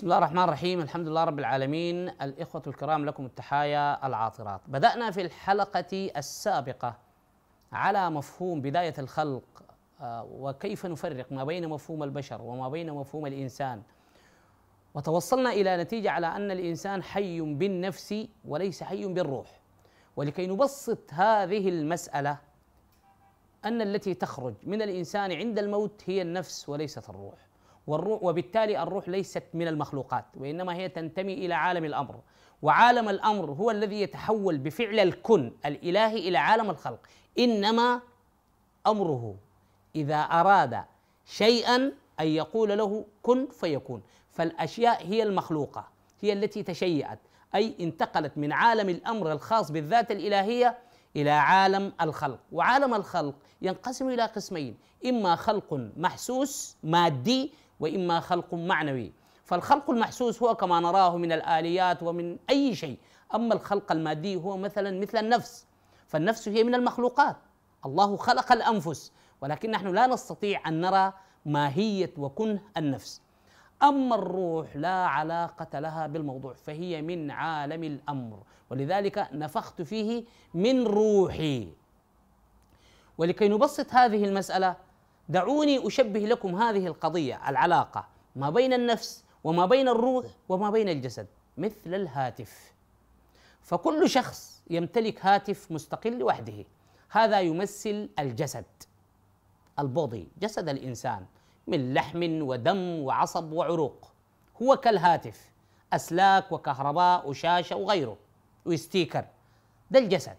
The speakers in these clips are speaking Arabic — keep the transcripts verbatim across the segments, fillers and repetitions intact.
بسم الله الرحمن الرحيم. الحمد لله رب العالمين. الإخوة الكرام، لكم التحايا العاطرات. بدأنا في الحلقة السابقة على مفهوم بداية الخلق وكيف نفرق ما بين مفهوم البشر وما بين مفهوم الإنسان، وتوصلنا إلى نتيجة على أن الإنسان حي بالنفس وليس حي بالروح. ولكي نبسط هذه المسألة، أن التي تخرج من الإنسان عند الموت هي النفس وليست الروح، والروح وبالتالي الروح ليست من المخلوقات، وإنما هي تنتمي إلى عالم الأمر، وعالم الأمر هو الذي يتحول بفعل الكن الإلهي إلى عالم الخلق. إنما أمره إذا أراد شيئا أن يقول له كن فيكون. فالأشياء هي المخلوقة، هي التي تشيئت، أي انتقلت من عالم الأمر الخاص بالذات الإلهية إلى عالم الخلق. وعالم الخلق ينقسم إلى قسمين: إما خلق محسوس مادي، وإما خلق معنوي. فالخلق المحسوس هو كما نراه من الآليات ومن أي شيء، أما الخلق المادي هو مثلا مثل النفس، فالنفس هي من المخلوقات. الله خلق الأنفس، ولكن نحن لا نستطيع أن نرى ماهية وكنه النفس. أما الروح لا علاقة لها بالموضوع، فهي من عالم الأمر، ولذلك نفخت فيه من روحي. ولكي نبسط هذه المسألة، دعوني أشبه لكم هذه القضية، العلاقة ما بين النفس وما بين الروح وما بين الجسد، مثل الهاتف. فكل شخص يمتلك هاتف مستقل لوحده، هذا يمثل الجسد، البودي، جسد الإنسان من لحم ودم وعصب وعروق، هو كالهاتف، أسلاك وكهرباء وشاشة وغيره وستيكر، ده الجسد.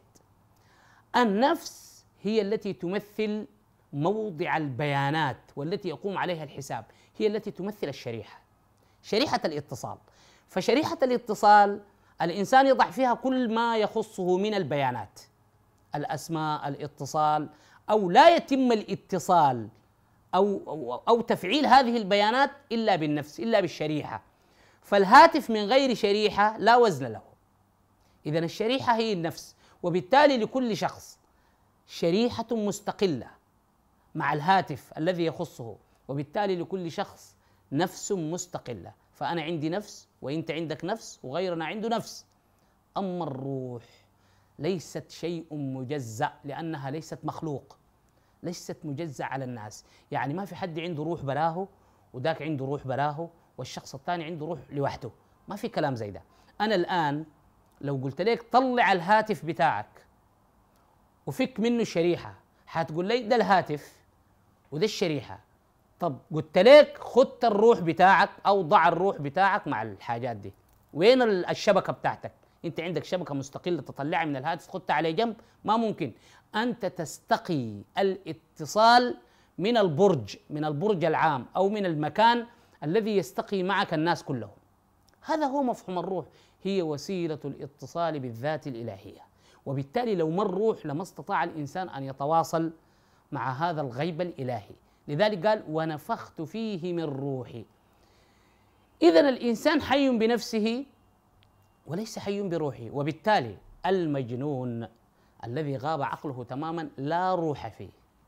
النفس هي التي تمثل موضع البيانات والتي يقوم عليها الحساب، هي التي تمثل الشريحة، شريحة الاتصال. فشريحة الاتصال الإنسان يضع فيها كل ما يخصه من البيانات، الأسماء، الاتصال، أو لا يتم الاتصال أو, أو, أو تفعيل هذه البيانات إلا بالنفس، إلا بالشريحة. فالهاتف من غير شريحة لا وزن له. إذن الشريحة هي النفس، وبالتالي لكل شخص شريحة مستقلة مع الهاتف الذي يخصه، وبالتالي لكل شخص نفس مستقلة. فأنا عندي نفس، وإنت عندك نفس، وغيرنا عنده نفس. أما الروح ليست شيء مجزأ، لأنها ليست مخلوق، ليست مجزأ على الناس. يعني ما في حد عنده روح براهو وذاك عنده روح براهو والشخص الثاني عنده روح لوحده، ما في كلام زي ده. أنا الآن لو قلت لك طلع الهاتف بتاعك وفك منه شريحة، حتقول لي ده الهاتف وده الشريحة. طب قلت لك خدت الروح بتاعك أو ضع الروح بتاعك مع الحاجات دي، وين الشبكة بتاعتك؟ أنت عندك شبكة مستقلة تطلعها من الهاتف خدتها على جنب؟ ما ممكن. أنت تستقي الاتصال من البرج، من البرج العام أو من المكان الذي يستقي معك الناس كلهم. هذا هو مفهوم الروح، هي وسيلة الاتصال بالذات الإلهية. وبالتالي لو ما الروح لما استطاع الإنسان أن يتواصل مع هذا الغيب الإلهي. لذلك قال ونفخت فيه من روحي. إذن الإنسان حي بنفسه وليس حي بروحه، وبالتالي المجنون الذي غاب عقله تماما لا روح فيه،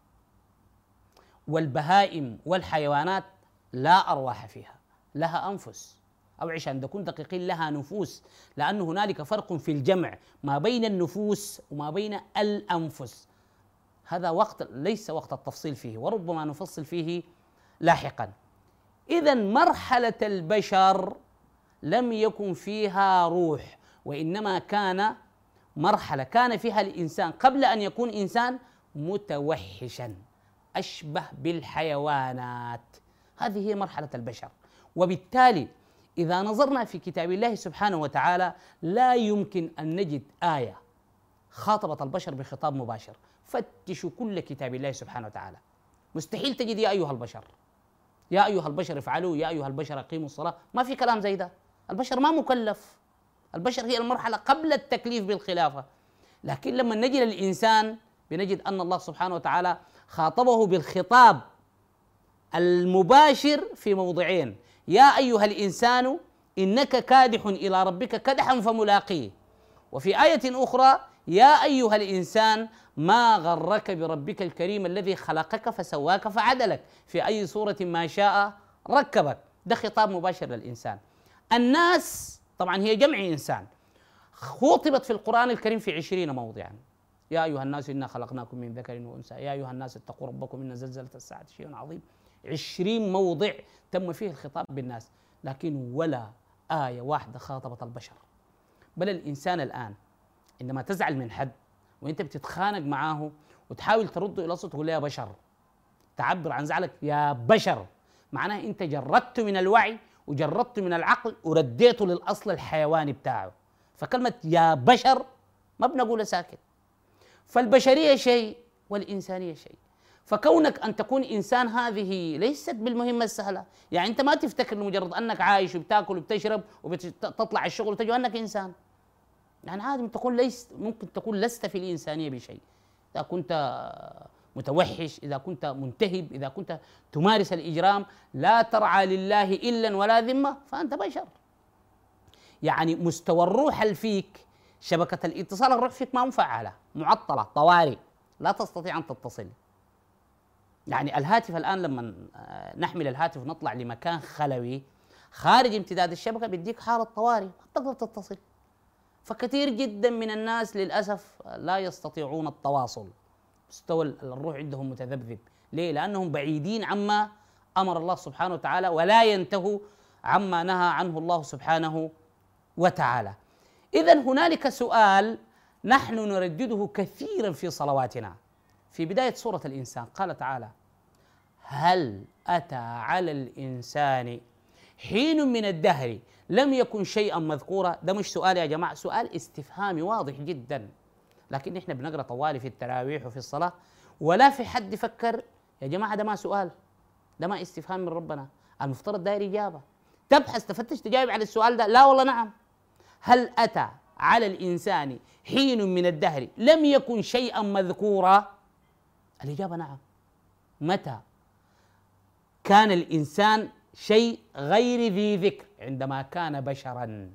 والبهائم والحيوانات لا أرواح فيها، لها أنفس، أو عشان نكون دقيقين لها نفوس، لأن هنالك فرق في الجمع ما بين النفوس وما بين الأنفس. هذا وقت ليس وقت التفصيل فيه، وربما نفصل فيه لاحقا. إذن مرحلة البشر لم يكن فيها روح، وإنما كان مرحلة كان فيها الإنسان قبل أن يكون إنسان متوحشا أشبه بالحيوانات. هذه هي مرحلة البشر. وبالتالي إذا نظرنا في كتاب الله سبحانه وتعالى لا يمكن أن نجد آية خاطبت البشر بخطاب مباشر. فتشوا كل كتاب الله سبحانه وتعالى، مستحيل تجد يا أيها البشر، يا أيها البشر افعلوا، يا أيها البشر أقيموا الصلاة. ما في كلام زي ده. البشر ما مكلف، البشر هي المرحلة قبل التكليف بالخلافة. لكن لما نجي للإنسان بنجد أن الله سبحانه وتعالى خاطبه بالخطاب المباشر في موضعين: يا أيها الإنسان إنك كادح إلى ربك كدحا فملاقيه. وفي آية أخرى: يا أيها الإنسان ما غرك بربك الكريم الذي خلقك فسواك فعدلك في أي صورة ما شاء ركبك. ده خطاب مباشر للإنسان. الناس طبعا هي جمع إنسان، خُطبت في القرآن الكريم في عشرين موضعا. يا أيها الناس إنا خلقناكم من ذكر وأنثى، يا أيها الناس اتقوا ربكم إن زلزلة الساعة شيء عظيم. عشرين موضع تم فيه الخطاب بالناس، لكن ولا آية واحدة خاطبت البشر. بل الإنسان الآن عندما تزعل من حد وأنت بتتخانق معاه وتحاول ترده إلى صوت تقول له يا بشر، تعبر عن زعلك يا بشر، معناه أنت جردته من الوعي وجردته من العقل ورديته للأصل الحيواني بتاعه. فكلمة يا بشر ما بنقول ساكت. فالبشرية شيء والإنسانية شيء. فكونك أن تكون إنسان هذه ليست بالمهمة السهلة. يعني أنت ما تفتكر مجرد أنك عايش وبتاكل وبتشرب وبتطلع الشغل وتجي أنك إنسان. يعني عادي تكون ليس ممكن تكون لست في الإنسانية بشيء. إذا كنت متوحش، إذا كنت منتهب، إذا كنت تمارس الإجرام، لا ترعى لله إلا ولا ذمة، فأنت بشر. يعني مستوى الروح اللي فيك، شبكة الاتصال الروح فيك ما مفعلة، معطلة، طوارئ، لا تستطيع أن تتصل. يعني الهاتف الآن لما نحمل الهاتف ونطلع لمكان خلوي خارج امتداد الشبكة بيديك حالة طوارئ، ما تقدر تتصل. فكثير جدا من الناس للأسف لا يستطيعون التواصل، مستوى الروح عندهم متذبذب. ليه؟ لأنهم بعيدين عما أمر الله سبحانه وتعالى ولا ينتهوا عما نهى عنه الله سبحانه وتعالى. إذن هنالك سؤال نحن نردده كثيرا في صلواتنا. في بداية سورة الإنسان قال تعالى: هل أتى على الإنسان حين من الدهر لم يكن شيئا مذكورا. ده مش سؤال يا جماعة، سؤال استفهامي واضح جدا، لكن احنا بنقرأ طوالي في التراويح وفي الصلاة ولا في حد يفكر يا جماعة ده ما سؤال، ده ما استفهام من ربنا، المفترض داير إجابة. تبحث تفتش تجاوب على السؤال ده، لا والله نعم. هل أتى على الإنسان حين من الدهر لم يكن شيئا مذكورا؟ الإجابة نعم. متى كان الإنسان شيء غير ذي ذكر؟ عندما كان بشرا،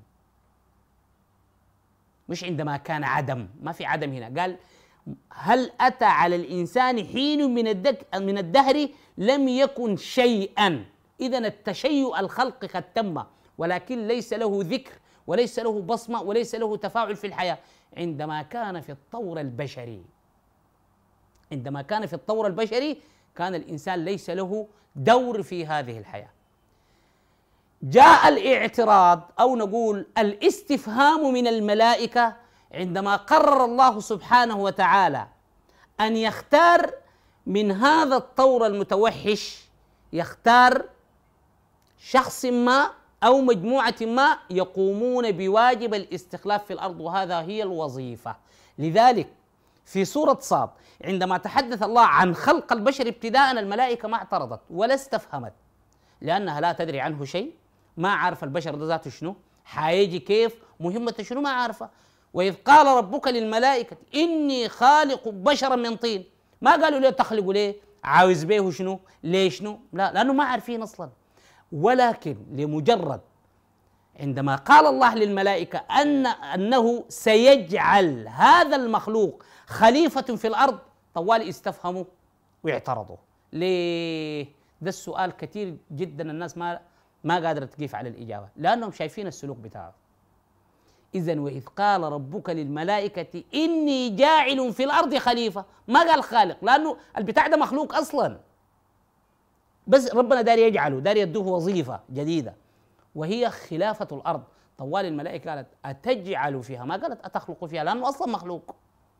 مش عندما كان عدم. ما في عدم هنا. قال هل أتى على الإنسان حين من من الدهر لم يكن شيئا. إذن التشيء الخلق قد تم، ولكن ليس له ذكر وليس له بصمة وليس له تفاعل في الحياة. عندما كان في الطور البشري، عندما كان في الطور البشري كان الإنسان ليس له دور في هذه الحياة. جاء الاعتراض أو نقول الاستفهام من الملائكة عندما قرر الله سبحانه وتعالى أن يختار من هذا الطور المتوحش، يختار شخص ما أو مجموعة ما يقومون بواجب الاستخلاف في الأرض، وهذا هي الوظيفة. لذلك في سورة صاد عندما تحدث الله عن خلق البشر ابتداء الملائكة ما اعترضت ولا استفهمت، لأنها لا تدري عنه شيء، ما عارف البشر ده ذاته شنو، حيجي كيف، مهمته شنو، ما عارفة. وإذ قال ربك للملائكة إني خالق بشرا من طين، ما قالوا ليه تخلقوا ليه، عاوز بيه شنو، ليه شنو، لا، لأنه ما عارفين أصلا. ولكن لمجرد عندما قال الله للملائكة أن أنه سيجعل هذا المخلوق خليفة في الأرض، طوال استفهموا واعترضوا. ليه؟ ده السؤال كثير جدا الناس ما ما قادرة تقيف على الإجابة، لأنهم شايفين السلوك بتاعه. إذن وإذ قال ربك للملائكة إني جاعل في الأرض خليفة، ما قال خالق، لأنه البتاع ده مخلوق أصلا، بس ربنا داري يجعله، داري يدوه وظيفة جديدة وهي خلافة الأرض. طوال الملائكة قالت أتجعل فيها، ما قالت أتخلق فيها، لأنه أصلا مخلوق.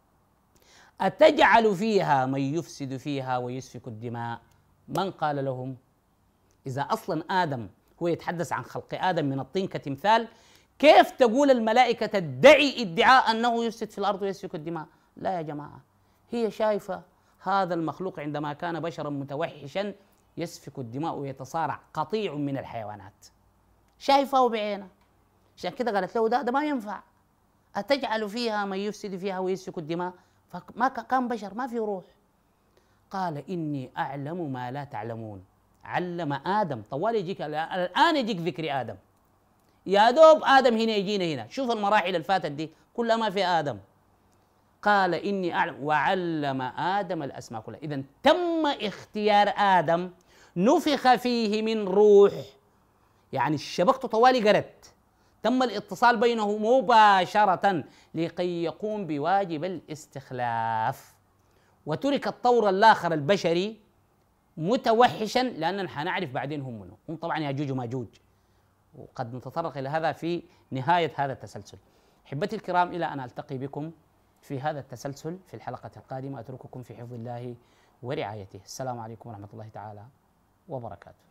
أتجعل فيها من يفسد فيها ويسفك الدماء. من قال لهم؟ إذا أصلا آدم هو يتحدث عن خلق آدم من الطين كتمثال، كيف تقول الملائكة تدعي ادعاء أنه يفسد في الأرض ويسفك الدماء؟ لا يا جماعة، هي شايفة هذا المخلوق عندما كان بشرا متوحشا يسفك الدماء ويتصارع قطيع من الحيوانات، شايفه بعينه، عشان كده قالت له ده, ده ما ينفع. أتجعل فيها من يفسد فيها ويسفك الدماء، فما كان بشر، ما في روح. قال إني أعلم ما لا تعلمون. علم آدم، طوال يجيك الآن يجيك ذكر آدم، يا دوب آدم هنا يجينا هنا، شوف المراحل اللي فاتت دي كلها ما في آدم. قال إني أعلم وعلم آدم الأسماء كلها. إذن تم اختيار آدم، نفخ فيه من روح، يعني شبكته طوالي قرت، تم الاتصال بينه مباشرة لكي يقوم بواجب الاستخلاف، وترك الطور الآخر البشري متوحشا، لأننا حنعرف بعدين هم منه، هم طبعا ياجوج وماجوج، وقد نتطرق إلى هذا في نهاية هذا التسلسل. أحبتي الكرام، إلى أن ألتقي بكم في هذا التسلسل في الحلقة القادمة، أترككم في حفظ الله ورعايته. السلام عليكم ورحمة الله تعالى وبركاته.